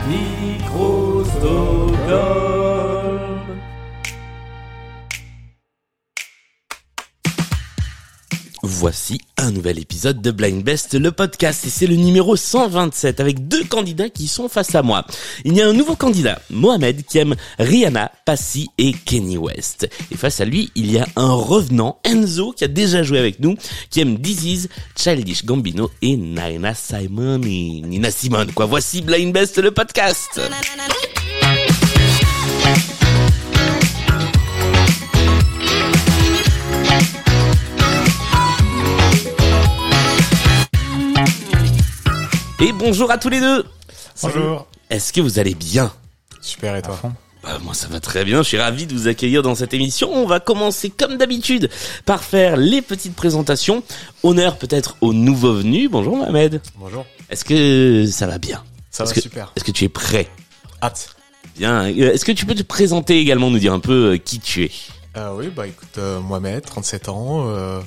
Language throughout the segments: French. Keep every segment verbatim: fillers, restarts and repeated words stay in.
Micro-Stockholm. Voici un nouvel épisode de Blind Best, le podcast, et c'est le numéro cent vingt-sept avec deux candidats qui sont face à moi. Il y a un nouveau candidat, Mohamed, qui aime Rihanna, Passy et Kanye West. Et face à lui, il y a un revenant, Enzo, qui a déjà joué avec nous, qui aime This Is, Childish Gambino et Nina Simone. Nina Simone, quoi. Voici Blind Best, le podcast. Et bonjour à tous les deux. Bonjour. Est-ce que vous allez bien? Super, et toi? Bah, moi ça va très bien, je suis ravi de vous accueillir dans cette émission. On va commencer comme d'habitude par faire les petites présentations. Honneur peut-être aux nouveaux venus. Bonjour Mohamed. Bonjour. Est-ce que ça va bien? Ça est-ce va que, super. Est-ce que tu es prêt? Hâte. Bien. Est-ce que tu peux te présenter également, nous dire un peu qui tu es? Euh, oui, bah écoute, euh, Mohamed, trente-sept ans, euh,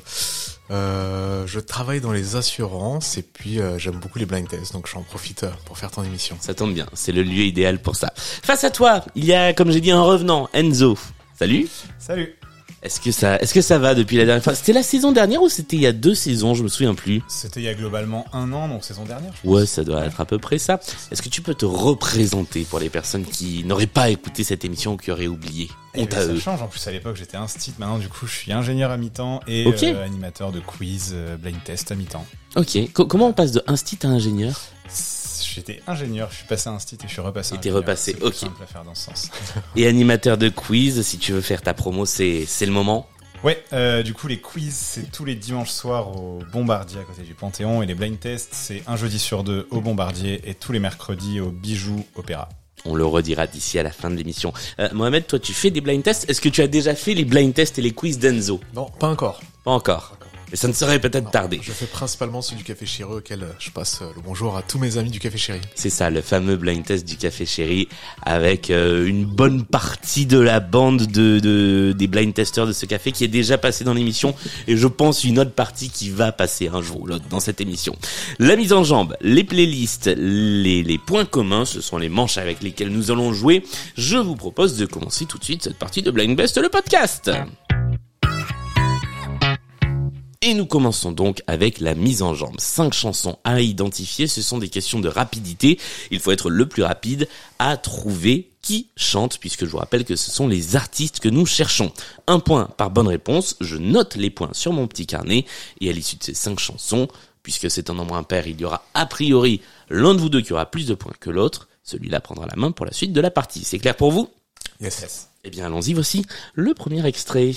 euh, je travaille dans les assurances et puis euh, j'aime beaucoup les blind tests, donc j'en profite euh, pour faire ton émission. Ça tombe bien, c'est le lieu idéal pour ça. Face à toi, il y a, comme j'ai dit, un revenant, Enzo. Salut. Salut. Est-ce que ça, est-ce que ça va depuis la dernière fois? C'était la saison dernière ou c'était il y a deux saisons? Je me souviens plus. C'était il y a globalement un an, donc saison dernière, je pense. Ouais, ça doit être à peu près ça. Est-ce que tu peux te représenter pour les personnes qui n'auraient pas écouté cette émission ou qui auraient oublié? Eh On ben, t'a ça eux. change. En plus, à l'époque, j'étais instit. Maintenant, du coup, je suis ingénieur à mi-temps et Ok. euh, animateur de quiz, euh, blind test à mi-temps. Ok. Co- comment on passe de instit à ingénieur? J'étais ingénieur, je suis passé à instit et je suis repassé. Et t'es ingénieur. repassé, C'est plus ok. simple à faire dans ce sens. Et animateur de quiz, si tu veux faire ta promo, c'est, c'est le moment. Ouais, euh, du coup, les quiz, c'est tous les dimanches soirs au Bombardier à côté du Panthéon, et les blind tests, c'est un jeudi sur deux au Bombardier et tous les mercredis au Bijou Opéra. On le redira d'ici à la fin de l'émission. Euh, Mohamed, toi, tu fais des blind tests. Est-ce que tu as déjà fait les blind tests et les quiz d'Enzo? Non, pas encore. Pas encore. Mais ça ne serait peut-être Non, tardé. Je fais principalement celui du Café Chéri auquel je passe le bonjour à tous mes amis du Café Chéri. C'est ça, le fameux blind test du Café Chéri, avec euh, une bonne partie de la bande de, de des blind testeurs de ce café qui est déjà passé dans l'émission, et je pense une autre partie qui va passer un jour ou l'autre dans cette émission. La mise en jambe, les playlists, les, les points communs, ce sont les manches avec lesquelles nous allons jouer. Je vous propose de commencer tout de suite cette partie de Blind Best, le podcast. Et nous commençons donc avec la mise en jambe. Cinq chansons à identifier, ce sont des questions de rapidité. Il faut être le plus rapide à trouver qui chante, puisque je vous rappelle que ce sont les artistes que nous cherchons. Un point par bonne réponse, je note les points sur mon petit carnet, et à l'issue de ces cinq chansons, puisque c'est un nombre impair, il y aura a priori l'un de vous deux qui aura plus de points que l'autre. Celui-là prendra la main pour la suite de la partie. C'est clair pour vous? Yes. Yes. Eh bien allons-y, voici le premier extrait.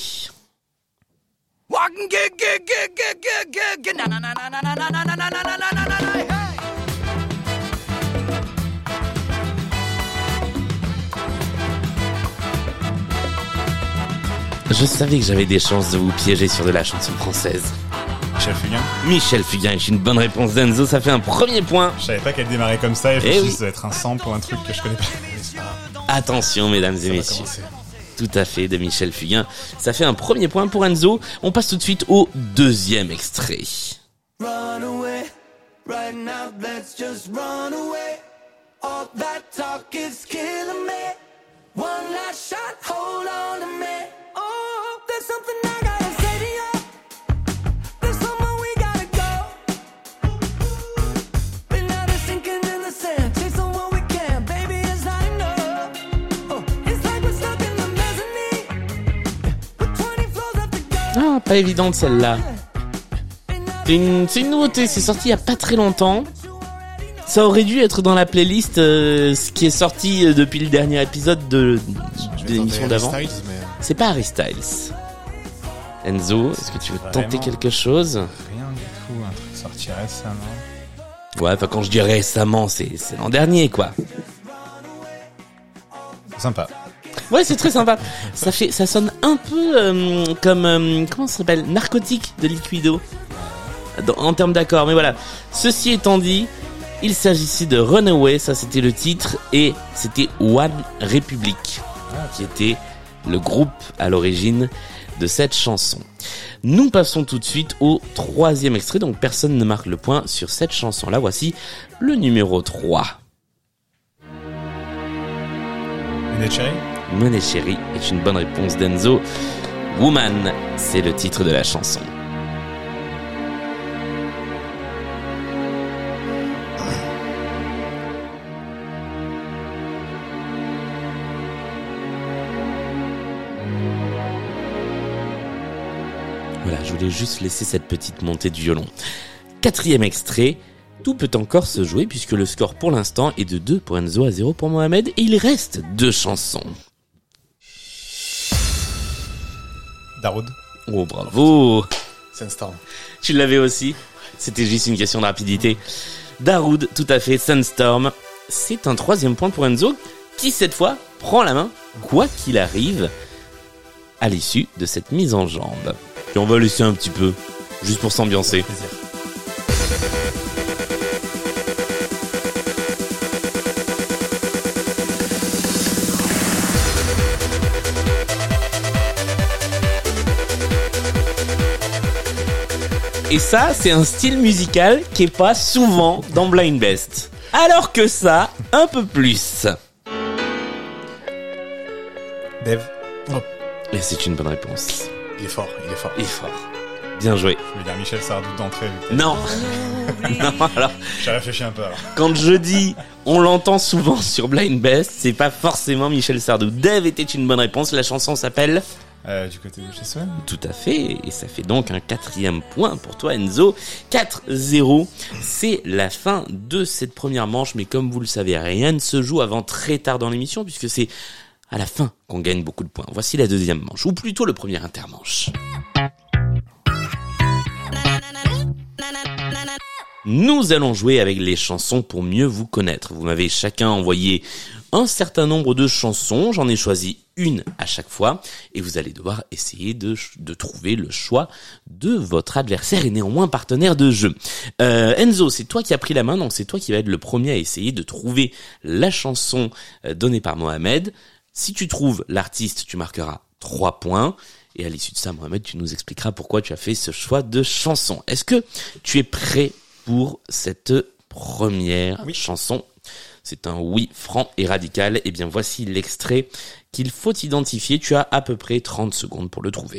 Je savais que j'avais des chances de vous piéger sur de la chanson française. Michel Fugain. Michel Fugain est une bonne réponse d'Enzo, ça fait un premier point. Je savais pas qu'elle démarrait comme ça et je me Eh suis oui. dit ça doit être un sample ou un truc que je connais pas. Attention mesdames et Ça va messieurs. commencer. Tout à fait, de Michel Fugain. Ça fait un premier point pour Enzo. On passe tout de suite au deuxième extrait. Run away, right now, let's just run away. All that talk is killing me. One last shot, hold on to me. Oh, there's something I gotta say to you. There's somewhere we gotta go. Been out of sinking in the sand, chasing what we can, baby, it's not enough. Oh, it's like we're stuck in the mezzanine. With twenty floors left to go. Ah, pas évidente celle-là. C'est une, c'est une nouveauté, c'est sorti il y a pas très longtemps. Ça aurait dû être dans la playlist, euh, ce qui est sorti euh, depuis le dernier épisode de, de l'émission d'avant. Styles, mais... C'est pas Harry Styles. Enzo, est-ce que tu veux tenter Vraiment quelque chose? Rien du tout, un truc sorti récemment. Ouais, enfin quand je dis récemment, c'est, c'est l'an dernier, quoi. Sympa. Ouais, c'est très sympa. Ça fait, ça sonne un peu euh, comme, euh, comment ça s'appelle? Narcotique de Liquido. Dans- en termes d'accords, mais voilà. Ceci étant dit, il s'agissait de Runaway, ça c'était le titre, et c'était One Republic, qui était le groupe à l'origine de cette chanson. Nous passons tout de suite au troisième extrait, donc personne ne marque le point sur cette chanson-là. Voici le numéro trois. Money Cherry. Money Cherry est une bonne réponse d'Enzo. Woman, c'est le titre de la chanson. Voilà, je voulais juste laisser cette petite montée du violon. Quatrième extrait, tout peut encore se jouer puisque le score pour l'instant est de deux pour Enzo à zéro pour Mohamed et il reste deux chansons. Darude. Oh bravo. Sandstorm. Tu l'avais aussi? C'était juste une question de rapidité. Darude, tout à fait, Sandstorm. C'est un troisième point pour Enzo qui cette fois prend la main, quoi qu'il arrive, à l'issue de cette mise en jambe. Et on va laisser un petit peu, juste pour s'ambiancer. Plaisir. Et ça, c'est un style musical qui est pas souvent dans Blind Best. Alors que ça, un peu plus. Dev. Et c'est une bonne réponse. Il est fort, il est fort. Il est fort. Bien joué. Je veux dire Michel Sardou d'entrée. Non. Non, alors, J'ai réfléchi un peu alors. quand je dis on l'entend souvent sur Blind Best, c'est pas forcément Michel Sardou. Dave était une bonne réponse. La chanson s'appelle... Euh, du côté de chez Swan. Tout à fait, et ça fait donc un quatrième point pour toi Enzo. quatre zéro, c'est la fin de cette première manche, mais comme vous le savez, rien ne se joue avant très tard dans l'émission, puisque c'est à la fin qu'on gagne beaucoup de points. Voici la deuxième manche, ou plutôt le premier intermanche. Nous allons jouer avec les chansons pour mieux vous connaître. Vous m'avez chacun envoyé un certain nombre de chansons, j'en ai choisi une à chaque fois, et vous allez devoir essayer de, de trouver le choix de votre adversaire et néanmoins partenaire de jeu. Euh, Enzo, c'est toi qui as pris la main, donc c'est toi qui vas être le premier à essayer de trouver la chanson donnée par Mohamed. Si tu trouves l'artiste, tu marqueras trois points, et à l'issue de ça, Mohamed, tu nous expliqueras pourquoi tu as fait ce choix de chanson. Est-ce que tu es prêt pour cette première oui. chanson? C'est un oui franc et radical. Eh bien, voici l'extrait qu'il faut identifier. Tu as à peu près trente secondes pour le trouver.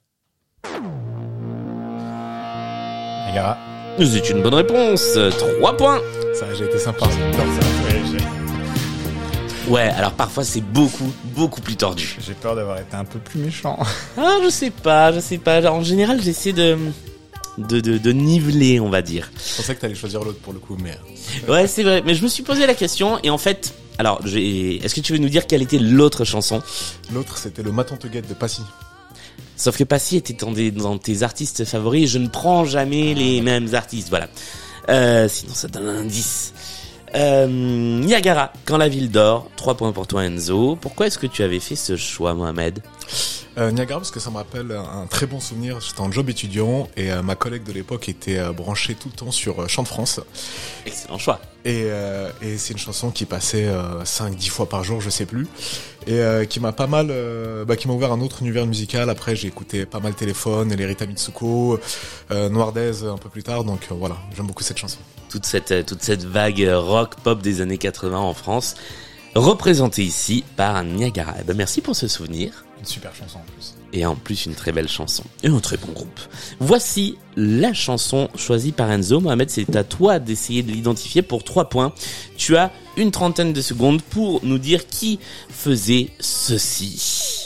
Niagara. C'est une bonne réponse. trois points. Ça, j'ai été sympa. J'adore ça. Ouais, j'ai... Ouais, alors parfois c'est beaucoup, beaucoup plus tordu. j'ai peur d'avoir été un peu plus méchant. Ah, je sais pas, je sais pas. En général, j'essaie de... De, de, de niveler, on va dire. Je pensais que t'allais choisir l'autre pour le coup, mais... Ouais, c'est vrai. Mais je me suis posé la question et en fait... Alors, j'ai... est-ce que tu veux nous dire quelle était l'autre chanson? L'autre, c'était le Maton te guette de Passy. Sauf que Passy était dans, des, dans tes artistes favoris et je ne prends jamais les mêmes artistes, voilà. Euh, sinon, ça donne un indice. Euh, Niagara, Quand la ville dort. trois points pour toi, Enzo. Pourquoi est-ce que tu avais fait ce choix, Mohamed? Euh, Niagara, parce que ça me rappelle un très bon souvenir. J'étais en job étudiant et euh, ma collègue de l'époque était euh, branchée tout le temps sur euh, Chant de France. Excellent choix. Et, euh, et c'est une chanson qui passait euh, cinq dix fois par jour, je sais plus. Et euh, qui m'a pas mal... Euh, bah, qui m'a ouvert un autre univers musical. Après, j'ai écouté pas mal Téléphone, les Rita Mitsuko, euh, Noirdaise un peu plus tard. Donc euh, voilà, j'aime beaucoup cette chanson. Toute cette, toute cette vague rock pop des années quatre-vingts en France, représentée ici par Niagara. Eh ben, merci pour ce souvenir. Une super chanson en plus. Et en plus, une très belle chanson. Et un très bon groupe. Voici la chanson choisie par Enzo. Mohamed, c'est à toi d'essayer de l'identifier pour trois points. Tu as une trentaine de secondes pour nous dire qui faisait ceci.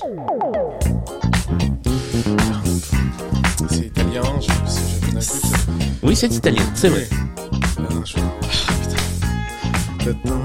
C'est italien, je sais je connais plus. Oui, c'est italien, c'est vrai. Euh, je... ah, putain.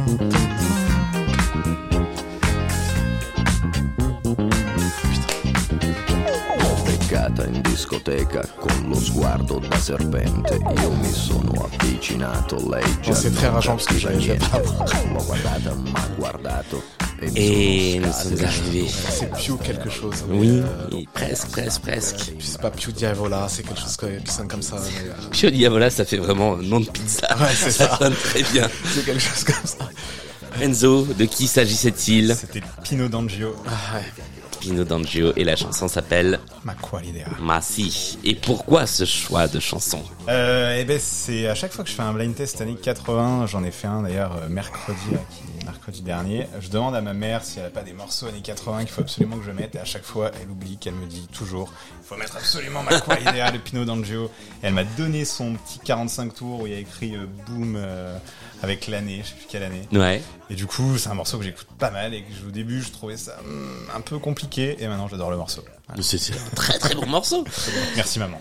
In discoteca con lo sguardo da serpente io mi sono avvicinato lei già c'est très rageant parce que j'avais pas l'ho guardata m'ha guardato et nous sommes arrivés. C'est Piu quelque chose. Oui, euh, presque, presque, presque. Puis c'est pas Piu Diavola, c'est quelque chose qui sonne comme ça. Mais, euh... Pio Diavola, ça fait vraiment un nom de pizza. Ouais, c'est ça. ça. sonne très bien. C'est quelque chose comme ça. Enzo, de qui s'agissait-il? C'était Pino D'Angio. Ah, ouais. Pino D'Angio et la chanson s'appelle Ma quale idea. Ma si. Et pourquoi ce choix de chanson? Euh, eh ben, c'est à chaque fois que je fais un blind test années quatre-vingts, j'en ai fait un d'ailleurs euh, mercredi, là, qui est mercredi dernier. Je demande à ma mère si elle a pas des morceaux années quatre-vingts qu'il faut absolument que je mette, et à chaque fois, elle oublie qu'elle me dit toujours, il faut mettre absolument Ma quale idea de Pino D'Angio. Et elle m'a donné son petit quarante-cinq tours où il y a écrit euh, Boom euh, avec l'année, je sais plus quelle année. Ouais. Et du coup, c'est un morceau que j'écoute pas mal et que au début, je trouvais ça hum, un peu compliqué, et maintenant, j'adore le morceau. Voilà. C'est, c'est un très très bon morceau. Merci maman.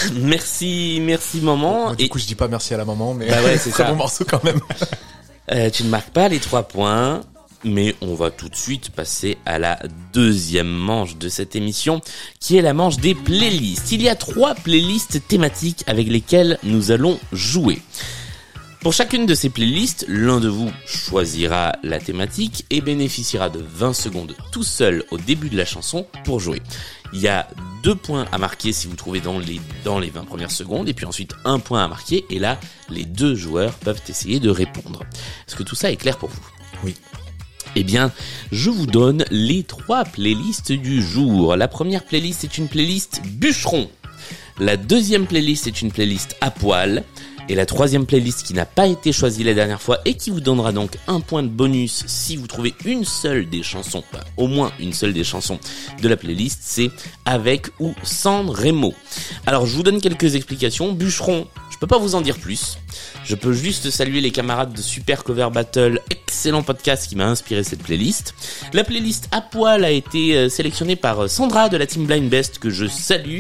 Merci, merci maman. Moi, du Et coup, je dis pas merci à la maman, mais Bah ouais, c'est très ça. bon morceau quand même. euh, tu ne marques pas les trois points, mais on va tout de suite passer à la deuxième manche de cette émission, qui est la manche des playlists. Il y a trois playlists thématiques avec lesquelles nous allons jouer. Pour chacune de ces playlists, l'un de vous choisira la thématique et bénéficiera de vingt secondes tout seul au début de la chanson pour jouer. Il y a deux points à marquer si vous trouvez dans les, dans les vingt premières secondes, et puis ensuite un point à marquer, et là, les deux joueurs peuvent essayer de répondre. Est-ce que tout ça est clair pour vous? Oui. Eh bien, je vous donne les trois playlists du jour. La première playlist est une playlist bûcheron. La deuxième playlist est une playlist à poil. Et la troisième playlist qui n'a pas été choisie la dernière fois et qui vous donnera donc un point de bonus si vous trouvez une seule des chansons, enfin, au moins une seule des chansons de la playlist, c'est Avec ou sans Remo. Alors je vous donne quelques explications. Bûcheron, je peux pas vous en dire plus. Je peux juste saluer les camarades de Super Cover Battle, excellent podcast qui m'a inspiré cette playlist. La playlist à poil a été sélectionnée par Sandra de la Team Blind Best que je salue,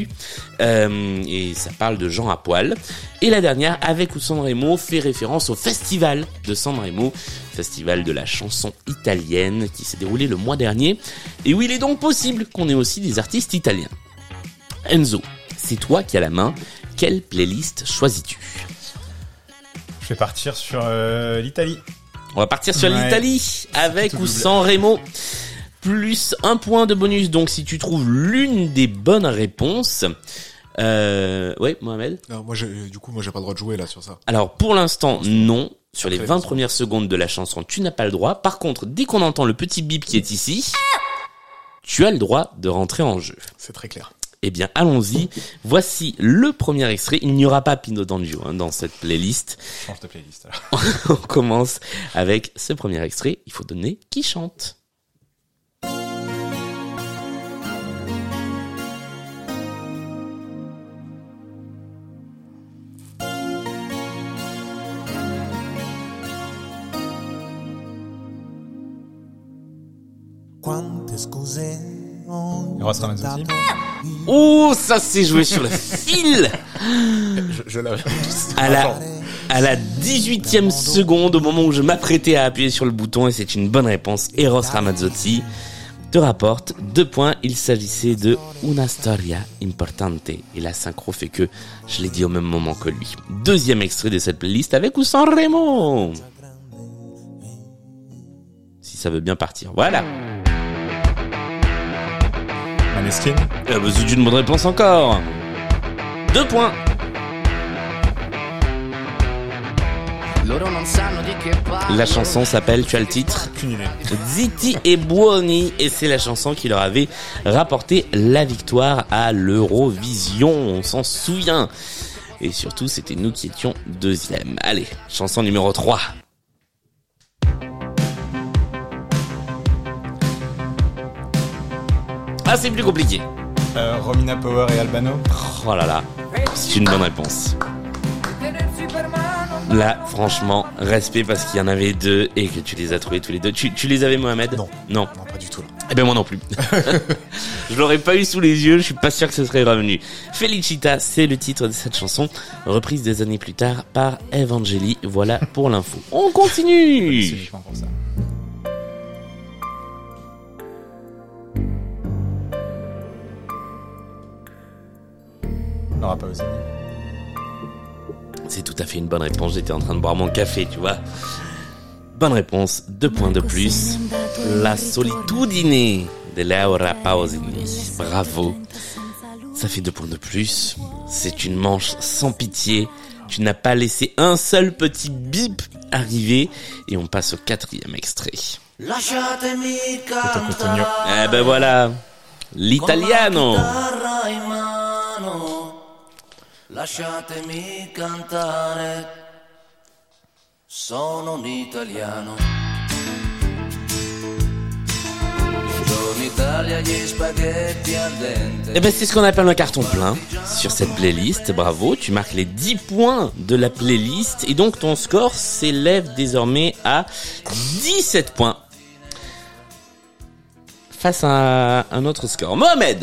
euh, et ça parle de gens à poil. Et la dernière, Avec ou sans Remo, fait référence au festival de San Remo, festival de la chanson italienne qui s'est déroulé le mois dernier, et où il est donc possible qu'on ait aussi des artistes italiens. Enzo, c'est toi qui as la main, quelle playlist choisis-tu? Je vais partir sur euh, l'Italie. On va partir sur Ouais. l'Italie, avec tout ou double. sans Remo. Plus un point de bonus, donc si tu trouves l'une des bonnes réponses. Euh, ouais, Mohamed? Non, moi, j'ai- du coup, moi, j'ai pas le droit de jouer là sur ça. Alors, pour l'instant, non. Sur les Après, vingt ça. premières secondes de la chanson, tu n'as pas le droit. Par contre, dès qu'on entend le petit bip qui est ici, tu as le droit de rentrer en jeu. C'est très clair. Eh bien, allons-y. Voici le premier extrait. Il n'y aura pas Pino D'Angio hein, dans cette playlist. Change de playlist alors. On commence avec ce premier extrait. Il faut donner qui chante. Quante scuse ho Eros Ramazzotti. Oh, ça s'est joué sur le fil. Je, je l'avais. À la, à la dix-huitième seconde, au moment où je m'apprêtais à appuyer sur le bouton, et c'est une bonne réponse, Eros Ramazzotti te rapporte deux points. Il s'agissait de Una Storia Importante. Et la synchro fait que je l'ai dit au même moment que lui. Deuxième extrait de cette playlist, avec ou sans Remo. Si ça veut bien partir. Voilà. Maneskin. Eh ben, c'est une bonne réponse encore. Deux points. La chanson s'appelle, tu as le titre, Aucune idée. Zitti e Buoni, et c'est la chanson qui leur avait rapporté la victoire à l'Eurovision, on s'en souvient. Et surtout, c'était nous qui étions deuxième. Allez, chanson numéro trois. Ah, c'est plus compliqué. Euh, Romina Power et Albano. Oh là là, c'est une bonne réponse. Là, franchement, respect parce qu'il y en avait deux et que tu les as trouvés tous les deux. Tu, tu les avais, Mohamed? Non. Non. Non, pas du tout là. Eh ben moi non plus. Je l'aurais pas eu sous les yeux, je suis pas sûr que ce serait revenu. Felicita, c'est le titre de cette chanson, reprise des années plus tard par Evangeli. Voilà pour l'info. On C'est continue. uniquement pour ça. Laura Pausini. C'est tout à fait une bonne réponse, j'étais en train de boire mon café, tu vois. Bonne réponse, deux points de plus. La solitudine de Laura Pausini. Bravo. Ça fait deux points de plus. C'est une manche sans pitié. Tu n'as pas laissé un seul petit bip arriver. Et on passe au quatrième extrait. Lasciatemi Toto Cotugno. Eh ben voilà. L'italiano. cantare Lasciatemi cantare, sono un italiano. Buongiorno Italia, gli spaghetti al dente. Eh ben, c'est ce qu'on appelle un carton plein sur cette playlist. Bravo, tu marques les dix points de la playlist et donc ton score s'élève désormais à dix-sept points. Face à un autre score. Mohamed,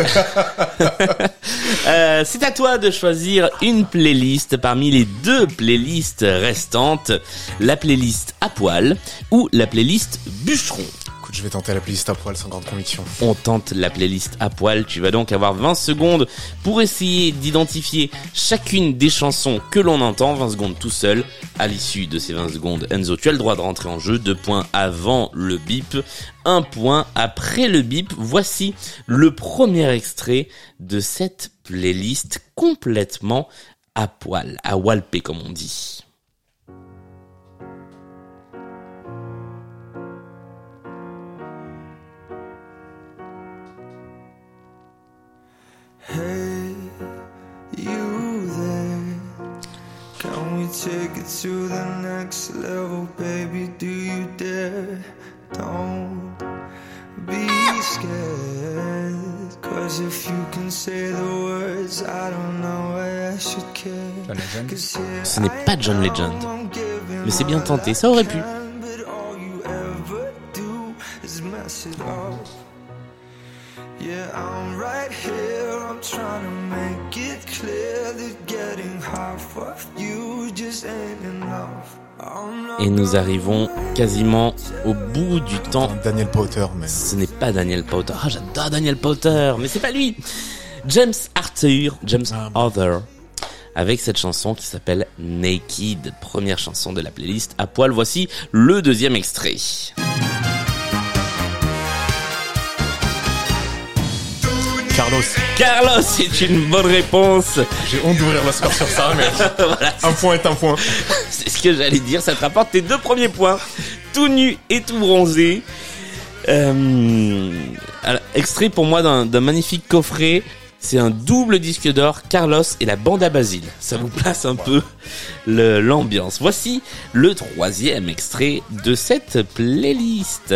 euh, c'est à toi de choisir une playlist parmi les deux playlists restantes, la playlist à poil ou la playlist bûcheron. Écoute, je vais tenter la playlist à poil sans grande conviction. On tente la playlist à poil. Tu vas donc avoir vingt secondes pour essayer d'identifier chacune des chansons que l'on entend. vingt secondes tout seul. À l'issue de ces vingt secondes, Enzo, tu as le droit de rentrer en jeu. Deux points avant le bip. Un point après le bip. Voici le premier extrait de cette playlist complètement à poil, à walpé comme on dit. Hey, you there? Can we take it to the next level, baby? Do you dare? Don't be scared. Cause if you can say the words, I don't know why I should care. John Legend. Cause here Ce n'est pas John Legend, I'm giving mais c'est bien tenté, ça aurait pu. but all you ever do is mess it up. Yeah, I'm right here, I'm trying to make it clear that getting half of you just ain't enough. I'm not Et nous arrivons quasiment au bout du temps. Daniel Powter, mais... Ce n'est pas Daniel Powter. Ah, j'adore Daniel Powter, mais c'est pas lui. James Arthur, James Arthur, avec cette chanson qui s'appelle Naked, première chanson de la playlist à poil. Voici le deuxième extrait. Carlos. Carlos, c'est une bonne réponse. J'ai honte d'ouvrir le score sur ça, mais Voilà, un point est un point. c'est ce que j'allais dire. Ça te rapporte tes deux premiers points. Tout nu et tout bronzé. Euh, alors, extrait pour moi d'un, d'un magnifique coffret. C'est un double disque d'or, Carlos et la bande à Basile. Ça vous place un peu le, l'ambiance. Voici le troisième extrait de cette playlist.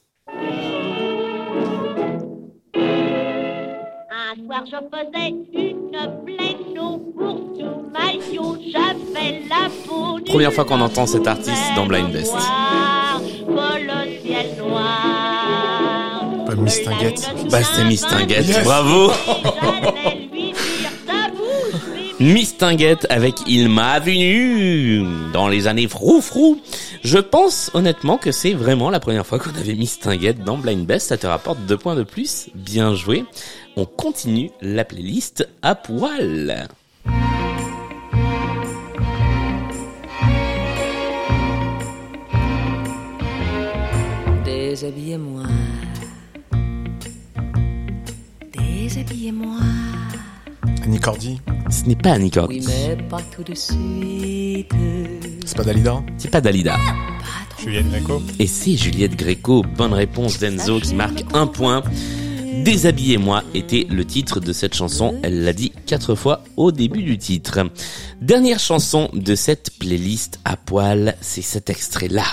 Un soir je faisais une pleine eau pour tout maillot, j'avais la peau nue. Première fois qu'on entend cet artiste dans Blind Best. Noir, vole au ciel noir. Pas Miss Tinguette. Bah c'est Miss Tinguette, Yes. bravo. J'allais lui dire ta bouche, mais Miss Tinguette avec Il m'a venu dans les années frou-frou. Je pense honnêtement que c'est vraiment la première fois qu'on avait Miss Tinguette dans Blind Best. Ça te rapporte deux points de plus. Bien joué. On continue la playlist à poil. Déshabillez-moi. Déshabillez-moi. Annie Cordy. Ce n'est pas Annie Oui, Cordy. mais pas tout de suite. C'est pas Dalida. C'est pas Dalida. Juliette Gréco. Et c'est Juliette Gréco. Bonne réponse d'Enzo qui marque un point. Déshabillez-moi était le titre de cette chanson. Elle l'a dit quatre fois au début du titre. Dernière chanson de cette playlist à poil, c'est cet extrait-là.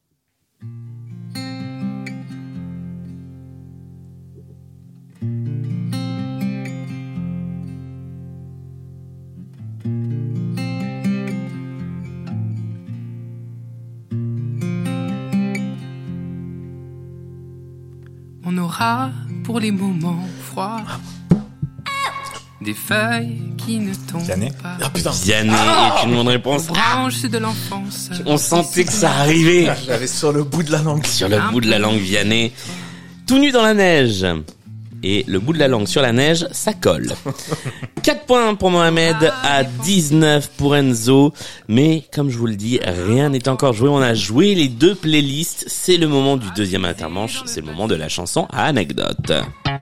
On aura pour les moments froids des feuilles qui ne tombent Vianney. pas. Ah putain. Vianney est une bonne réponse. Ah, Branches de l'enfance. on sentait que ça arrivait. J'avais sur le bout de la langue. Sur le bout de la langue, Vianney. Tout nu dans la neige. Et le bout de la langue sur la neige, ça colle. quatre points pour Mohamed, à dix-neuf pour Enzo. Mais, comme je vous le dis, rien n'est encore joué. On a joué les deux playlists. C'est le moment du deuxième intermanche. C'est le moment de la chanson à anecdote.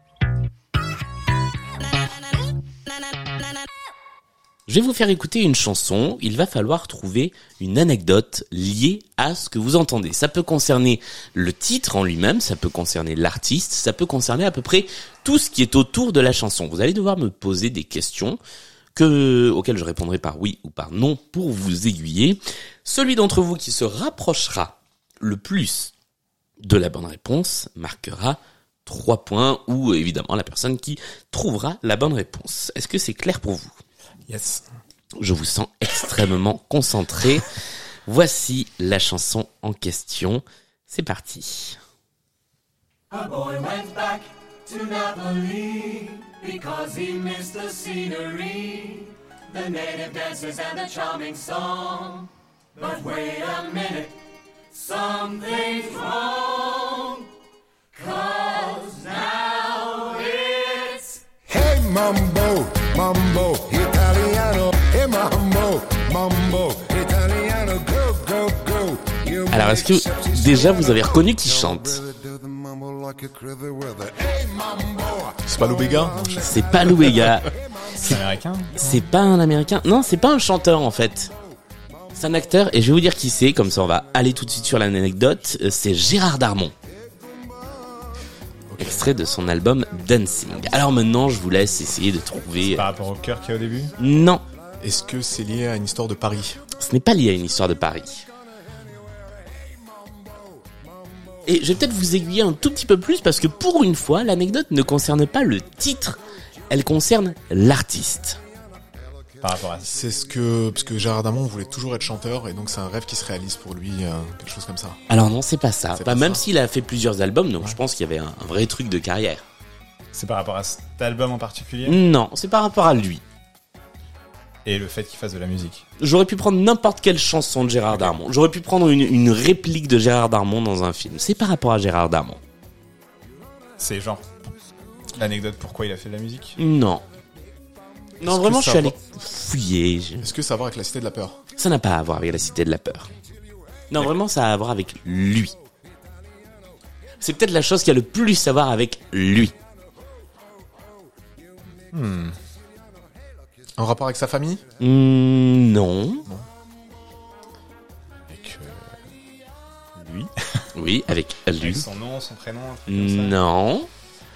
Je vais vous faire écouter une chanson. Il va falloir trouver une anecdote liée à ce que vous entendez. Ça peut concerner le titre en lui-même, ça peut concerner l'artiste, ça peut concerner à peu près tout ce qui est autour de la chanson. Vous allez devoir me poser des questions que, auxquelles je répondrai par oui ou par non pour vous aiguiller. Celui d'entre vous qui se rapprochera le plus de la bonne réponse marquera trois points, ou évidemment la personne qui trouvera la bonne réponse. Est-ce que c'est clair pour vous? Yes. Je vous sens extrêmement concentré. Voici la chanson en question. C'est parti. A boy went back to Napoli because he missed the scenery, the native dances and the charming song. But wait a minute, something's wrong, 'cause now it's Hey mambo, mambo, italiano. Hey mambo, mambo, italiano. Go, go, go. You Alors, est-ce que déjà vous avez reconnu qui chante? C'est pas Lou Béga? C'est pas Lou Béga. C'est américain? C'est pas un Américain. Non, c'est pas un chanteur en fait. C'est un acteur et je vais vous dire qui c'est. Comme ça, on va aller tout de suite sur l'anecdote. C'est Gérard Darmon. Extrait de son album Dancing. Alors maintenant, je vous laisse essayer de trouver. Par rapport au cœur qu'il y a au début? Non, Est-ce que c'est lié à une histoire de Paris? ce n'est pas lié à une histoire de Paris. Et je vais peut-être vous aiguiller un tout petit peu plus parce que pour une fois, l'anecdote ne concerne pas le titre, elle concerne l'artiste. Par rapport à C'est ce que, parce que Gérard Darmon voulait toujours être chanteur et donc c'est un rêve qui se réalise pour lui, euh, quelque chose comme ça. Alors non, c'est pas ça. C'est Bah, pas même ça. s'il a fait plusieurs albums, donc je pense qu'il y avait un, un vrai truc de carrière. C'est par rapport à cet album en particulier? Non, c'est par rapport à lui. Et le fait qu'il fasse de la musique? J'aurais pu prendre n'importe quelle chanson de Gérard Darmon. J'aurais pu prendre une, une réplique de Gérard Darmon dans un film. C'est par rapport à Gérard Darmon. C'est genre l'anecdote pourquoi il a fait de la musique? Non. Non, Est-ce vraiment, que je ça suis allé va- fouiller. Je- Est-ce que ça a à voir avec la Cité de la Peur? Ça n'a pas à voir avec la Cité de la Peur. Non, vraiment, ça a à voir avec lui. C'est peut-être la chose qui a le plus à voir avec lui. Hmm. En rapport avec sa famille? Hmm, non. Avec euh, lui? Oui, avec lui. Avec son nom, son prénom, un truc comme ça? Non.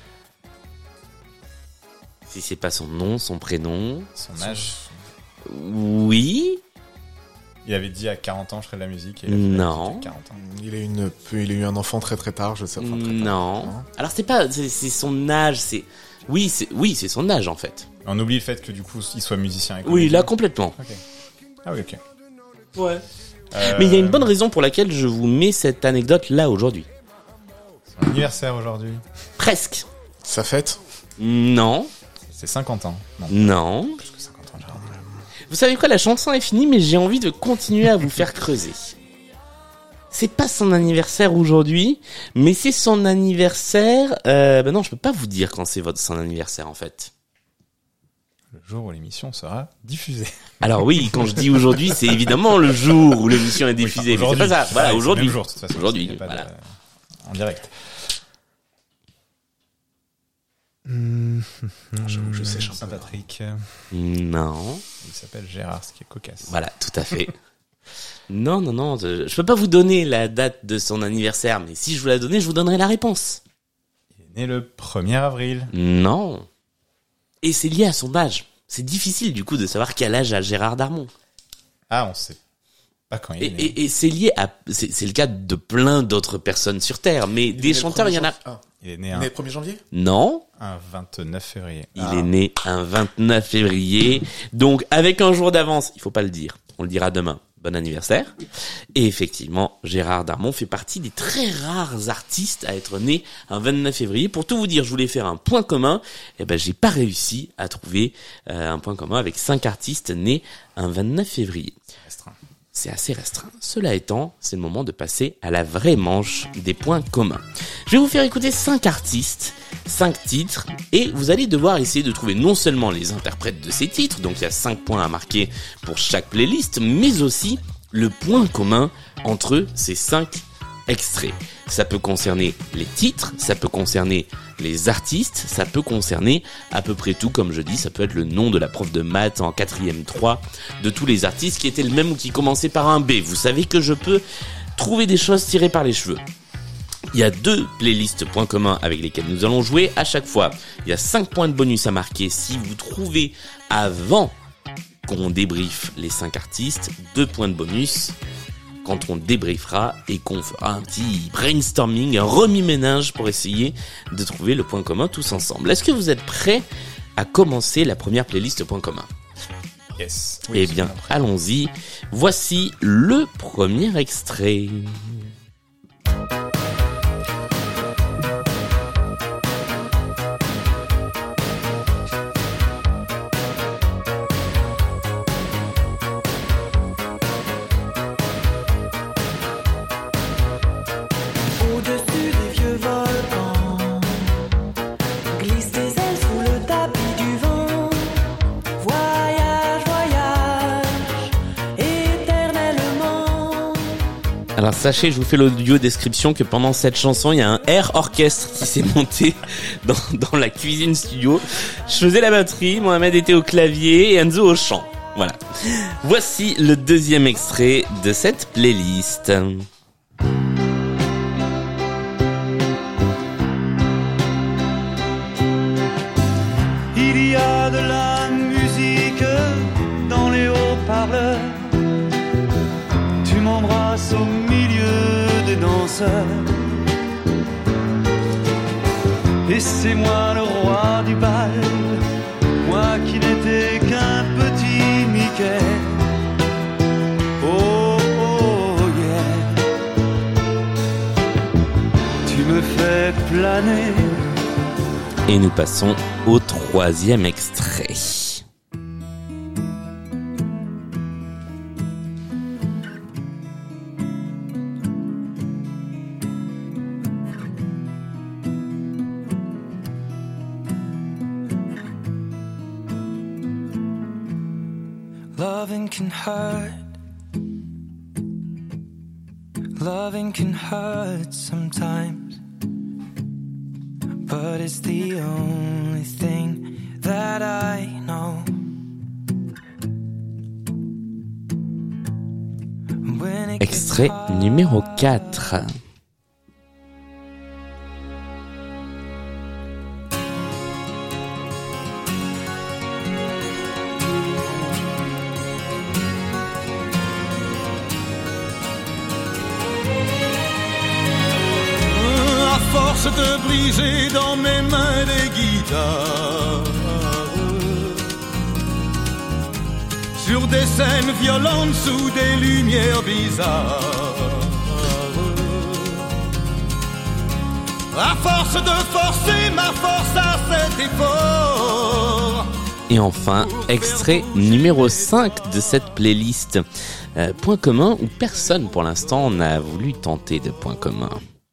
Si c'est pas son nom, son prénom. Son âge? Oui. Il avait dit à quarante ans je ferai de la musique. Et il a fait de la Non. musique à quarante ans. Il a, une, il a eu un enfant très très tard, je sais. Enfin, très tard. Non. Alors c'est pas, c'est c'est son âge, c'est, oui, c'est, oui, c'est son âge en fait. On oublie le fait que du coup il soit musicien. Et Oui, comédien. là complètement. Ok. Ah oui, ok. Ouais. Euh, Mais il y a une bonne raison pour laquelle je vous mets cette anecdote là aujourd'hui. Son anniversaire aujourd'hui. Presque. Sa fête? Non. C'est cinquante ans. Non, Non. plus que cinquante ans. Gérard. Vous savez quoi, la chanson est finie, mais j'ai envie de continuer à vous faire creuser. C'est pas son anniversaire aujourd'hui, mais c'est son anniversaire. Euh, ben non, je peux pas vous dire quand c'est votre son anniversaire en fait. Le jour où l'émission sera diffusée. Alors oui, quand je dis aujourd'hui, c'est évidemment le jour où l'émission est diffusée. Enfin, mais c'est pas ça. Voilà, Ouais, c'est aujourd'hui. le même jour, de toute façon. Aujourd'hui, Il y a pas de- voilà. En direct. J'avoue que je sèche un peu. Saint-Patrick. Non. Il s'appelle Gérard, ce qui est cocasse. Voilà, tout à fait. Non, non, non, je, je peux pas vous donner la date de son anniversaire, mais si je vous la donnais, je vous donnerais la réponse. Il est né le premier avril. Non. Et c'est lié à son âge. C'est difficile du coup de savoir quel âge a Gérard Darmon. Ah, on sait pas quand il Et, est né. et, et c'est lié à, c'est, c'est le cas de plein d'autres personnes sur Terre, mais des chanteurs, il y en a. Ah, Il est né il est un, né le premier janvier? Non. un vingt-neuf février. Il Ah. est né un vingt-neuf février. Donc, avec un jour d'avance, il faut pas le dire. On le dira demain. Bon anniversaire. Et effectivement, Gérard Darmon fait partie des très rares artistes à être né un vingt-neuf février. Pour tout vous dire, je voulais faire un point commun. Eh ben, j'ai pas réussi à trouver euh, un point commun avec cinq artistes nés un vingt-neuf février. Restreint. C'est assez restreint. Cela étant, c'est le moment de passer à la vraie manche des points communs. Je vais vous faire écouter cinq artistes, cinq titres, et vous allez devoir essayer de trouver non seulement les interprètes de ces titres, donc il y a cinq points à marquer pour chaque playlist, mais aussi le point commun entre ces cinq extraits. Ça peut concerner les titres, ça peut concerner les artistes, ça peut concerner à peu près tout, comme je dis, ça peut être le nom de la prof de maths en quatrième trois, de tous les artistes qui étaient le même ou qui commençaient par un B. Vous savez que je peux trouver des choses tirées par les cheveux. Il y a deux playlists points communs avec lesquels nous allons jouer. À chaque fois, il y a cinq points de bonus à marquer si vous trouvez avant qu'on débriefe les cinq artistes, deux points de bonus quand on débriefera et qu'on fera un petit brainstorming, un remue-ménage pour essayer de trouver le point commun tous ensemble. Est-ce que vous êtes prêts à commencer la première playlist point commun ? Yes. Eh bien, allons-y. Voici le premier extrait. Alors sachez, je vous fais l'audio description que pendant cette chanson, il y a un air orchestre qui s'est monté dans, dans la cuisine studio. Je faisais la batterie, Mohamed était au clavier et Enzo au chant. Voilà. Voici le deuxième extrait de cette playlist. Il y a de la musique dans les haut-parleurs. Tu m'embrasses au milieu des danseurs. Et c'est moi le roi du bal, moi qui n'étais qu'un petit Mickey. Oh, oh, yeah. Tu me fais planer. Et nous passons au troisième extrait. Loving can hurt. Loving can hurt sometimes. But it's the only thing that I know. Extrait numéro quatre. De briser dans mes mains des guitares sur des scènes violentes sous des lumières bizarres. À force de forcer ma force à cet effort. Et enfin, extrait numéro cinq de cette playlist. Euh, point commun où personne pour l'instant n'a voulu tenter de point commun.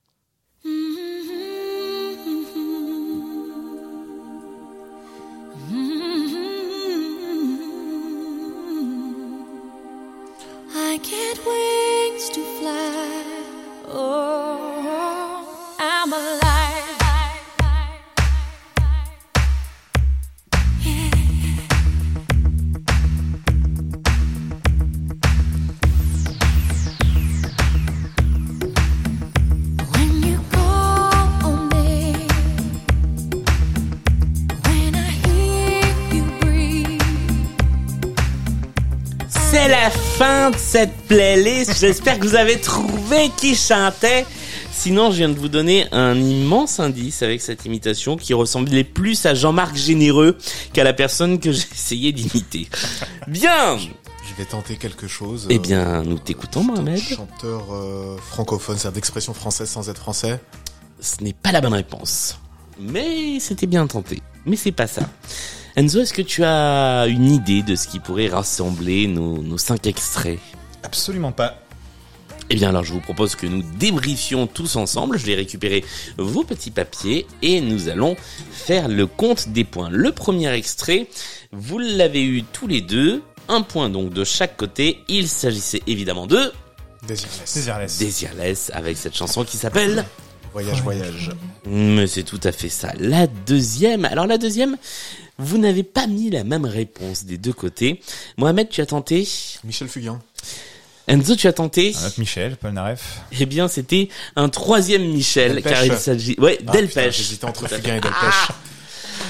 C'est la fin de cette playlist. J'espère que vous avez trouvé qui chantait. Sinon, je viens de vous donner un immense indice avec cette imitation qui ressemblait plus à Jean-Marc Généreux qu'à la personne que j'ai essayé d'imiter. Bien. Je vais tenter quelque chose. Eh bien, nous t'écoutons, Mohamed. Chanteur euh, francophone, c'est-à-dire d'expression française sans être français. Ce n'est pas la bonne réponse. Mais c'était bien tenté. Mais c'est pas ça. Enzo, est-ce que tu as une idée de ce qui pourrait rassembler nos, nos cinq extraits ? Absolument pas. Eh bien alors je vous propose que nous débriefions tous ensemble. Je vais récupérer vos petits papiers et nous allons faire le compte des points. Le premier extrait, vous l'avez eu tous les deux. Un point donc de chaque côté. Il s'agissait évidemment de... Desireless. Desireless. Desireless avec cette chanson qui s'appelle... Voyage, voyage. Mais c'est tout à fait ça. La deuxième... Alors la deuxième... Vous n'avez pas mis la même réponse des deux côtés. Mohamed, tu as tenté ? Michel Fugain. Enzo, tu as tenté ? Un autre Michel, Paul Naref. Eh bien, c'était un troisième Michel, Delpech. car il s'agit... Ouais, Ah, Delpech. putain, j'hésitais entre Fugain et Delpech. Ah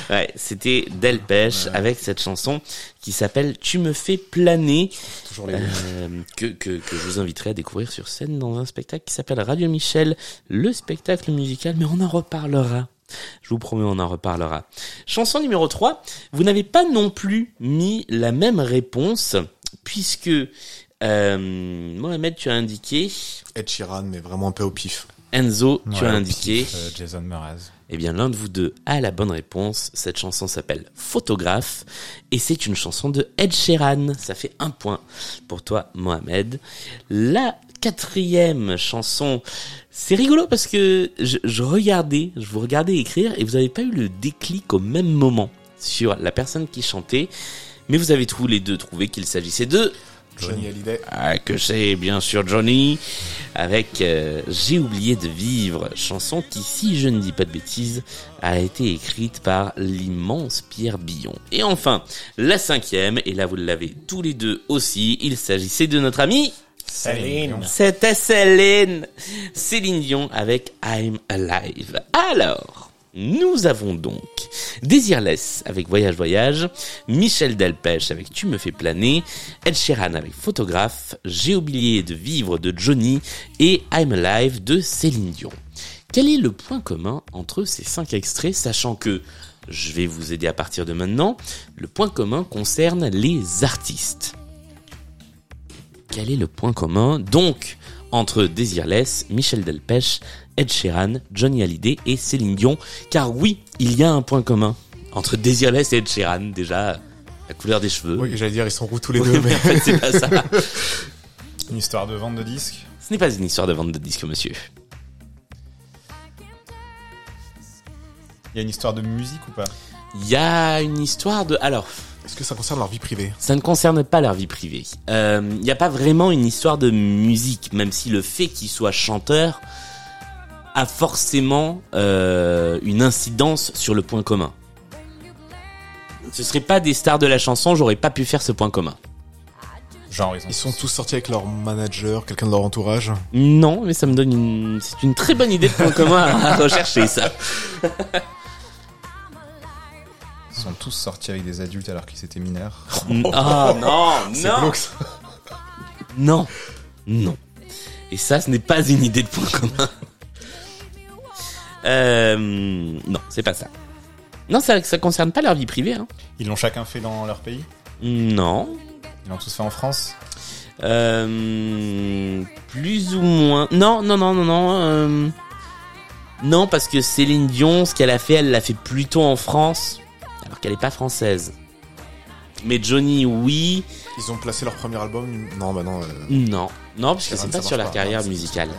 Ouais, c'était Delpech ouais. avec cette chanson qui s'appelle Tu me fais planer, toujours les euh, que, que, que je vous inviterai à découvrir sur scène dans un spectacle qui s'appelle Radio Michel, le spectacle musical, mais on en reparlera. Je vous promets, on en reparlera. Chanson numéro trois, vous n'avez pas non plus mis la même réponse, puisque euh, Mohamed, tu as indiqué... Ed Sheeran, mais vraiment un peu au pif. Enzo, ouais, tu as indiqué... Pif, euh, Jason Mraz. Eh bien, l'un de vous deux a la bonne réponse. Cette chanson s'appelle Photographe et c'est une chanson de Ed Sheeran. Ça fait un point pour toi, Mohamed. La quatrième chanson, c'est rigolo parce que je, je regardais, je vous regardais écrire et vous n'avez pas eu le déclic au même moment sur la personne qui chantait, mais vous avez tous les deux trouvé qu'il s'agissait de... Johnny Hallyday. Ah, que c'est bien sûr Johnny, avec euh, J'ai oublié de vivre, chanson qui, si je ne dis pas de bêtises, a été écrite par l'immense Pierre Billon. Et enfin, la cinquième, et là vous l'avez tous les deux aussi, il s'agissait de notre amie... Céline. C'était Céline. Céline Dion avec I'm Alive. Alors... Nous avons donc Desireless avec Voyage Voyage, Michel Delpech avec Tu me fais planer, Ed Sheeran avec Photographe, J'ai oublié de vivre de Johnny et I'm Alive de Céline Dion. Quel est le point commun entre ces cinq extraits, sachant que, je vais vous aider à partir de maintenant, le point commun concerne les artistes. Quel est le point commun donc entre Desireless, Michel Delpech, Ed Sheeran, Johnny Hallyday et Céline Dion, car oui, il y a un point commun entre Desireless et Ed Sheeran, déjà la couleur des cheveux. Oui, j'allais dire, ils sont roux tous les oui, deux, mais mais en fait, c'est pas ça. Une histoire de vente de disques. Ce n'est pas une histoire de vente de disques, monsieur. Il y a une histoire de musique ou pas? Il y a une histoire de... Alors... Est-ce que ça concerne leur vie privée? Ça ne concerne pas leur vie privée. Il euh, n'y a pas vraiment une histoire de musique, même si le fait qu'ils soient chanteurs a forcément euh, une incidence sur le point commun. Ce serait pas des stars de la chanson, j'aurais pas pu faire ce point commun. Genre, ils, ils sont tous sortis avec leur manager, quelqu'un de leur entourage? Non, mais ça me donne une... C'est une très bonne idée de point commun à rechercher, ça. Ils sont tous sortis avec des adultes alors qu'ils étaient mineurs. Ah oh, non, c'est non, glauque, ça. non, non. Et ça, ce n'est pas une idée de point commun. Euh, non, c'est pas ça. Non, ça, ça concerne pas leur vie privée. Hein. Ils l'ont chacun fait dans leur pays? Non. Ils l'ont tous fait en France? Euh, plus ou moins. Non, non, non, non, non. Euh, non, parce que Céline Dion, ce qu'elle a fait, elle l'a fait plutôt en France. Alors qu'elle est pas française. Mais Johnny, oui. Ils ont placé leur premier album? Non, bah non. Euh... Non, non, parce que c'est pas sur leur pas. carrière non, musicale.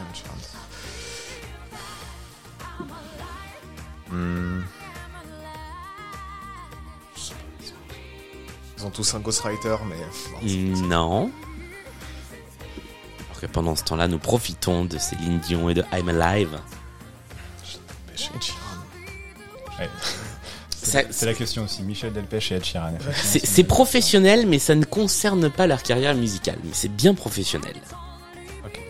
Hmm. Ils ont tous un ghostwriter, mais... Non. non. Alors que pendant ce temps-là, nous profitons de Céline Dion et de I'm Alive. Ouais. C'est, Ça, c'est la question aussi, Michel Delpech et Ed Sheeran. C'est, c'est professionnel, mais ça ne concerne pas leur carrière musicale. Mais c'est bien professionnel. Ok.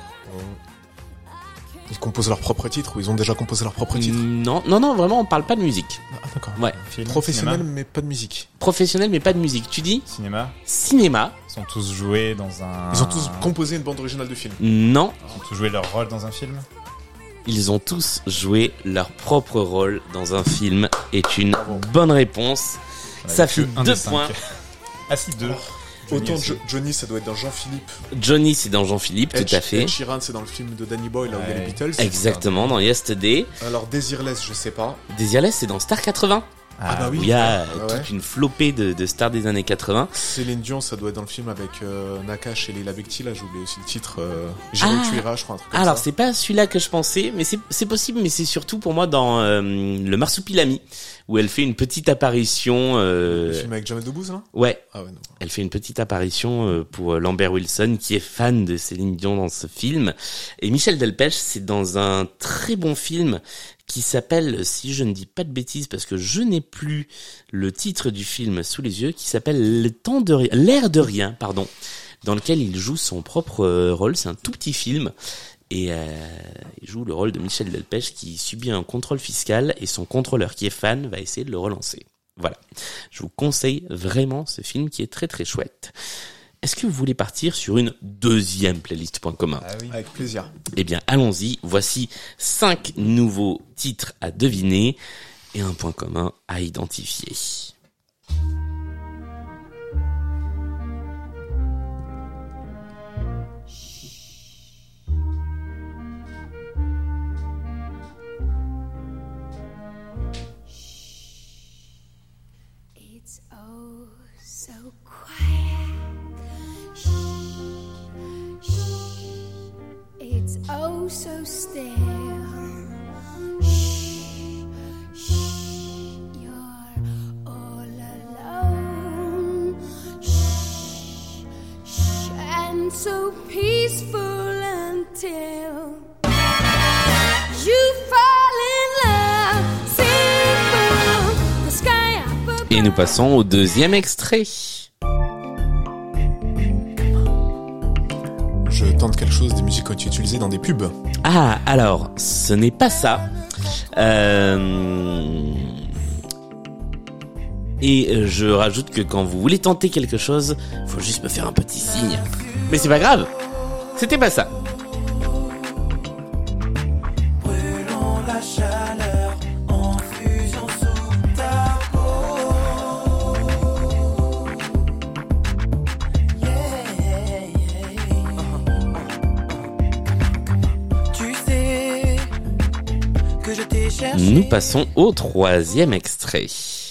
Ils composent leurs propres titres ou ils ont déjà composé leurs propres titres? Non, non, non, vraiment, on parle pas de musique. Ah d'accord. Ouais. Film, Professionnel, cinéma. mais pas de musique. Professionnel, mais pas de musique. Tu dis Cinéma. cinéma? Ils sont tous joués dans un... Ils ont tous composé une bande originale de film. Non. Ils ont tous joué leur rôle dans un film. Ils ont tous joué leur propre rôle dans un film. Est une bonne réponse. Ça fait un deux des points. cinq. Ah si, deux. Johnny Autant aussi. Jo- Johnny, ça doit être dans Jean-Philippe. Johnny, c'est dans Jean-Philippe, Ed, tout à fait. Ed Sheeran, c'est dans le film de Danny Boyle, là où il y a les Ouais. Beatles. Exactement, dans Yesterday. Alors Desireless, je sais pas. Desireless, c'est dans Star quatre-vingts. Ah, bah oui. Où il y a Ah toute ouais. une flopée de, de stars des années quatre-vingts. Céline Dion, ça doit être dans le film avec euh, Nakash et Leila Bekti, là j'ai oublié aussi le titre. Euh, J'irai Ah. où tu iras, je crois, un truc comme Alors, ça. c'est pas celui-là que je pensais, mais c'est, c'est possible, mais c'est surtout pour moi dans euh, Le Marsupilami, où elle fait une petite apparition... Euh... Le film avec Jamel Debbouze, là? Ouais, Ah ouais, non. elle fait une petite apparition euh, pour euh, Lambert Wilson, qui est fan de Céline Dion dans ce film. Et Michel Delpech, c'est dans un très bon film qui s'appelle, si je ne dis pas de bêtises, parce que je n'ai plus le titre du film sous les yeux, qui s'appelle Le temps de rien, L'air de rien, pardon, dans lequel il joue son propre euh, rôle. C'est un tout petit film. et euh, il joue le rôle de Michel Delpech qui subit un contrôle fiscal et son contrôleur qui est fan va essayer de le relancer. Voilà, je vous conseille vraiment ce film qui est très très chouette. Est-ce que vous voulez partir sur une deuxième playlist point commun ? Ah oui. Avec plaisir. Eh bien, allons-y. Voici cinq nouveaux titres à deviner et un point commun à identifier. It's oh so quiet. Shh, shh. It's oh so still. Shh, shh. You're all alone. Shh, shh. And so peaceful until you fall in love. Sing from the sky up above. Et nous passons au deuxième extrait. Je tente quelque chose des musiques utilisées dans des pubs. Ah, alors, ce n'est pas ça. Euh... Et je rajoute que quand vous voulez tenter quelque chose, faut juste me faire un petit signe. Mais c'est pas grave. C'était pas ça. Brûlons la chaleur en fusion sous ta peau. Yeah, yeah. Tu sais que je t'ai cherché. Nous passons au troisième extrait.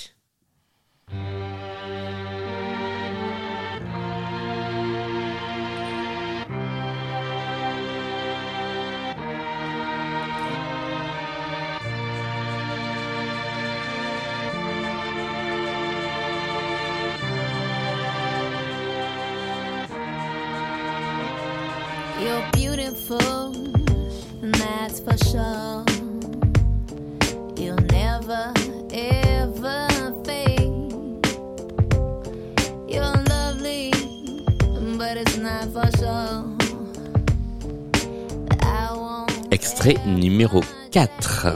You're beautiful, and that's for sure. You'll never, ever fade. You're lovely, but it's not for sure. I won't. Extrait numéro quatre.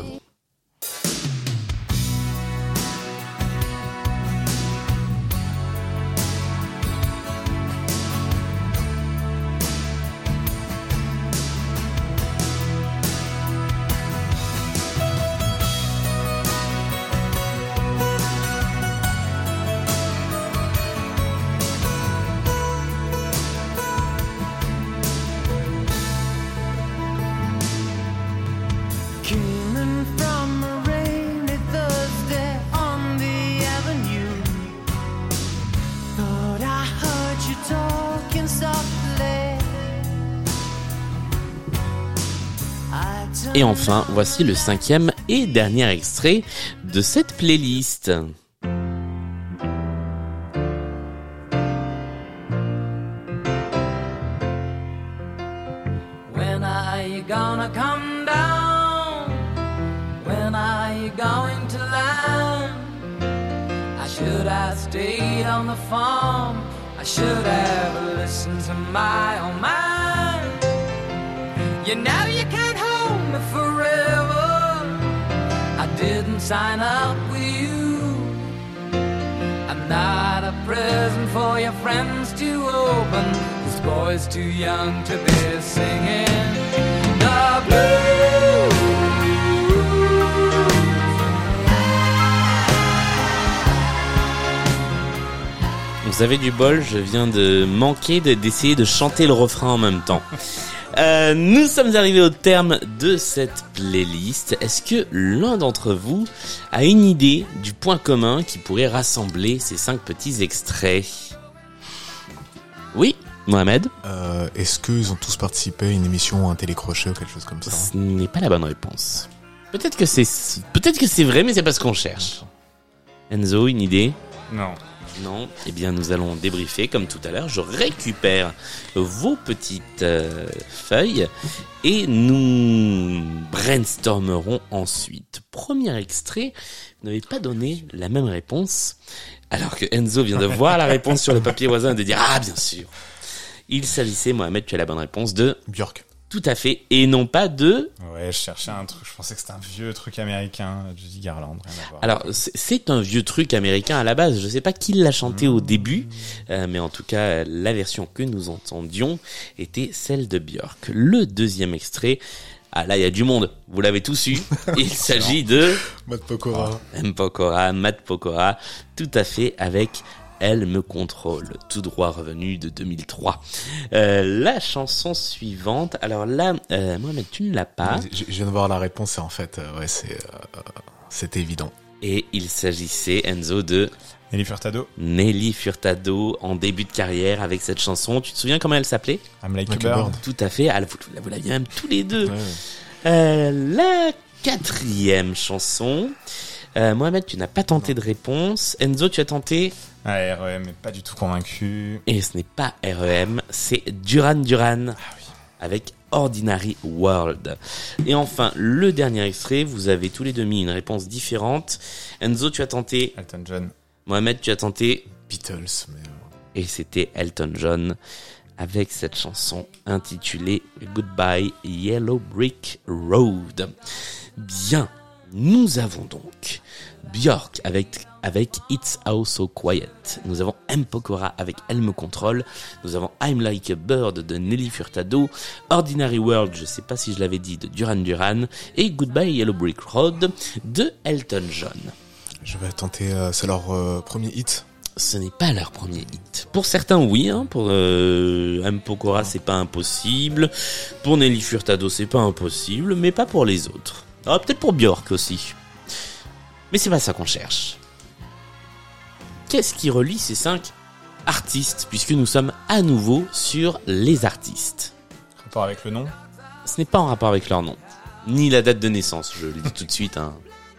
Coming from a rainy Thursday on the avenue. Thought I heard you talking softly. I turned Et enfin, voici le cinquième et dernier extrait de cette playlist. When are you gonna come down? When are you going to land? I should have stayed on the farm. I should have listened to my own mind. You know you can't hold me forever. I didn't sign up with you. I'm not a present for your friends to open. This boy's too young to be singing the blues. Vous avez du bol, je viens de manquer de, d'essayer de chanter le refrain en même temps. Euh, nous sommes arrivés au terme de cette playlist. Est-ce que l'un d'entre vous a une idée du point commun qui pourrait rassembler ces cinq petits extraits ? Oui, Mohamed ? Euh, est-ce qu'ils ont tous participé à une émission, un télécrochet ou quelque chose comme ça ? Ce n'est pas la bonne réponse. Peut-être que c'est, peut-être que c'est vrai, mais c'est pas ce qu'on cherche. Enzo, une idée ? Non. Non, eh bien nous allons débriefer comme tout à l'heure. Je récupère vos petites euh, feuilles et nous brainstormerons ensuite. Premier extrait, vous n'avez pas donné la même réponse, alors que Enzo vient de voir la réponse sur le papier voisin et de dire « Ah, bien sûr !» Il s'agissait, Mohamed, tu as la bonne réponse de... Björk. Tout à fait, et non pas de... Ouais, je cherchais un truc, je pensais que c'était un vieux truc américain, Judy Garland, rien à voir. Alors, c'est, c'est un vieux truc américain à la base, je sais pas qui l'a chanté mmh. au début, euh, mais en tout cas, la version que nous entendions était celle de Björk. Le deuxième extrait, ah là, il y a du monde, vous l'avez tous eu, il s'agit de... Matt Pokora. M. Pokora, Matt Pokora, tout à fait, avec... Elle me contrôle, tout droit revenu de deux mille trois. Euh, la chanson suivante, alors là, euh, Mohamed, tu ne l'as pas. Je, je viens de voir la réponse et en fait, euh, ouais, c'est, euh, c'était évident. Et il s'agissait, Enzo, de... Nelly Furtado. Nelly Furtado, en début de carrière avec cette chanson. Tu te souviens comment elle s'appelait? I'm Like, like a a Bird. Bird. Tout à fait, alors, vous, vous l'aviez même tous les deux. Ouais, ouais. Euh, la quatrième chanson... Euh, Mohamed, tu n'as pas tenté de réponse. Enzo, tu as tenté... Ah, R E M, mais pas du tout convaincu. Et ce n'est pas R E M, c'est Duran Duran. Ah oui. Avec Ordinary World. Et enfin, le dernier extrait, vous avez tous les deux mis une réponse différente. Enzo, tu as tenté... Elton John. Mohamed, tu as tenté... Beatles, mais... Et c'était Elton John avec cette chanson intitulée Goodbye Yellow Brick Road. Bien, nous avons donc Björk avec... avec It's All So Quiet. Nous avons M. Pokora avec Elle me contrôle. Nous avons I'm Like a Bird de Nelly Furtado. Ordinary World, je sais pas si je l'avais dit, de Duran Duran. Et Goodbye Yellow Brick Road de Elton John. Je vais tenter, euh, c'est leur euh, premier hit. Ce n'est pas leur premier hit. Pour certains, oui. Hein, pour euh, M. Pokora, c'est pas impossible. Pour Nelly Furtado, c'est pas impossible. Mais pas pour les autres. Ah, peut-être pour Björk aussi. Mais c'est pas ça qu'on cherche. Qu'est-ce qui relie ces cinq artistes, puisque nous sommes à nouveau sur les artistes? Rapport avec le nom? Ce n'est pas en rapport avec leur nom, ni la date de naissance, je le dis tout de suite. Hein.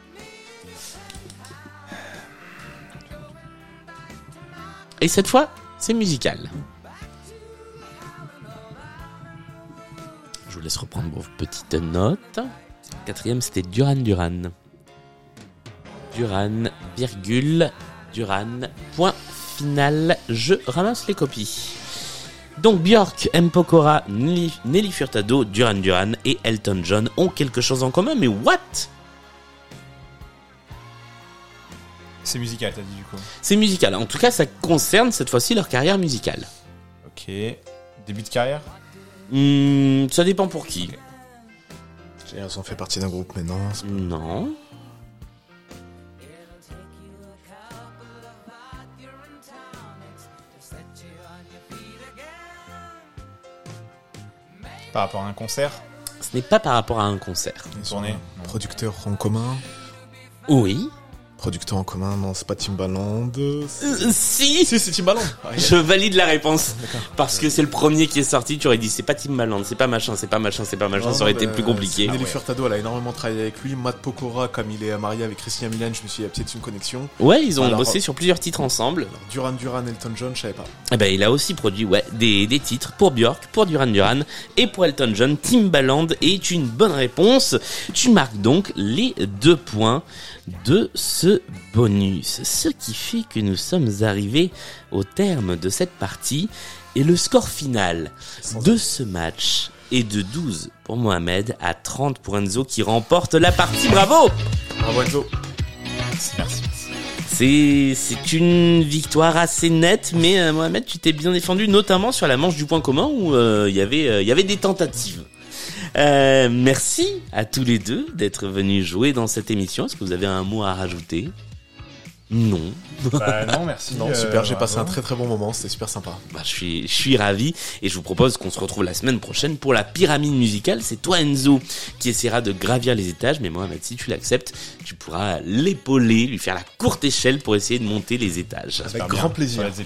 Et cette fois, c'est musical. Je vous laisse reprendre vos petites notes. Quatrième, c'était Duran Duran. Duran, virgule... Duran, point final, je ramasse les copies. Donc Björk, M. Pokora, Nelly, Nelly Furtado, Duran Duran et Elton John ont quelque chose en commun, mais what? C'est musical, t'as dit du coup. C'est musical, en tout cas ça concerne cette fois-ci leur carrière musicale. Ok, début de carrière? Mmh, ça dépend pour qui. Okay. Ils ont fait partie d'un groupe, mais non. C'est pas... Non. Par rapport à un concert? Ce n'est pas par rapport à un concert. Une tournée? Producteur en commun? Oui. Producteur en commun, non, c'est pas Timbaland. C'est... Euh, si Si, c'est Timbaland. Ah, yeah. Je valide la réponse. D'accord. Parce que c'est le premier qui est sorti, tu aurais dit c'est pas Timbaland, c'est pas machin, c'est pas machin, c'est pas machin, Non, ça aurait bah, été plus compliqué. Nelly Ah ouais. Furtado, elle a énormément travaillé avec lui. Matt Pokora, comme il est marié avec Christina Milian, je me suis dit, il y a peut-être une connexion. Ouais, ils ont Alors, bossé sur plusieurs titres ensemble. Alors, Duran Duran, Elton John, je savais pas. Eh ben, il a aussi produit, ouais, des, des titres pour Björk, pour Duran Duran et pour Elton John. Timbaland est une bonne réponse. Tu marques donc les deux points de ce bonus. Ce qui fait que nous sommes arrivés au terme de cette partie et le score final de ce match est de douze pour Mohamed à trente pour Enzo qui remporte la partie. Bravo! Bravo Enzo. Merci, merci. C'est, c'est une victoire assez nette, mais euh, Mohamed, tu t'es bien défendu, notamment sur la manche du point commun où il euh, y avait, il euh, y avait des tentatives. Euh, merci à tous les deux d'être venus jouer dans cette émission. Est-ce que vous avez un mot à rajouter? Non. Bah non, merci. Non, euh, super, j'ai passé un bravo. très très bon moment, c'était super sympa. Bah, je suis, je suis ravi et je vous propose qu'on se retrouve la semaine prochaine pour la pyramide musicale. C'est toi Enzo qui essaiera de gravir les étages, mais Mohamed, si tu l'acceptes, tu pourras l'épauler, lui faire la courte échelle pour essayer de monter les étages. Avec Super grand bien, plaisir. sur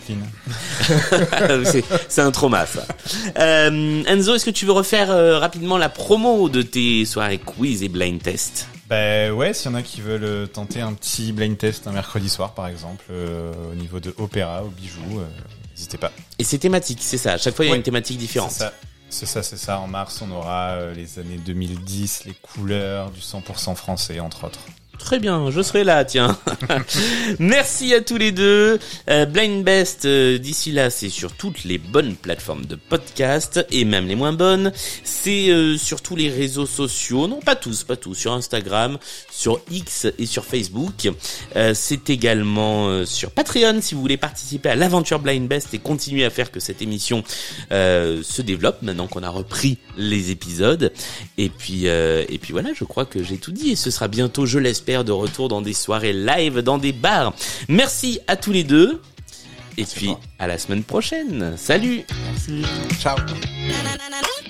la Zeppelin. c'est, c'est un trauma ça. Euh, Enzo, est-ce que tu veux refaire euh, rapidement la promo de tes soirées quiz et blind test? Bah ouais, s'il y en a qui veulent tenter un petit blind test un mercredi soir par exemple, euh, au niveau de opéra, au bijou, euh, n'hésitez pas. Et c'est thématique, c'est ça. À chaque fois, il y a Ouais, une thématique différente. C'est ça, c'est ça, c'est ça. En mars, on aura euh, les années deux mille dix, les couleurs du cent pour cent français, entre autres. Très bien, je serai là, tiens. Merci à tous les deux. Euh, Blind Best, euh, d'ici là, c'est sur toutes les bonnes plateformes de podcast, et même les moins bonnes. C'est euh, sur tous les réseaux sociaux, non pas tous, pas tous, sur Instagram, sur X et sur Facebook. Euh, c'est également euh, sur Patreon si vous voulez participer à l'aventure Blind Best et continuer à faire que cette émission euh, se développe maintenant qu'on a repris les épisodes. Et puis, euh, et puis voilà, je crois que j'ai tout dit, et ce sera bientôt, je l'espère, de retour dans des soirées live, dans des bars. Merci à tous les deux. Et puis, à la semaine prochaine. Salut. Ciao. Na, na, na, na.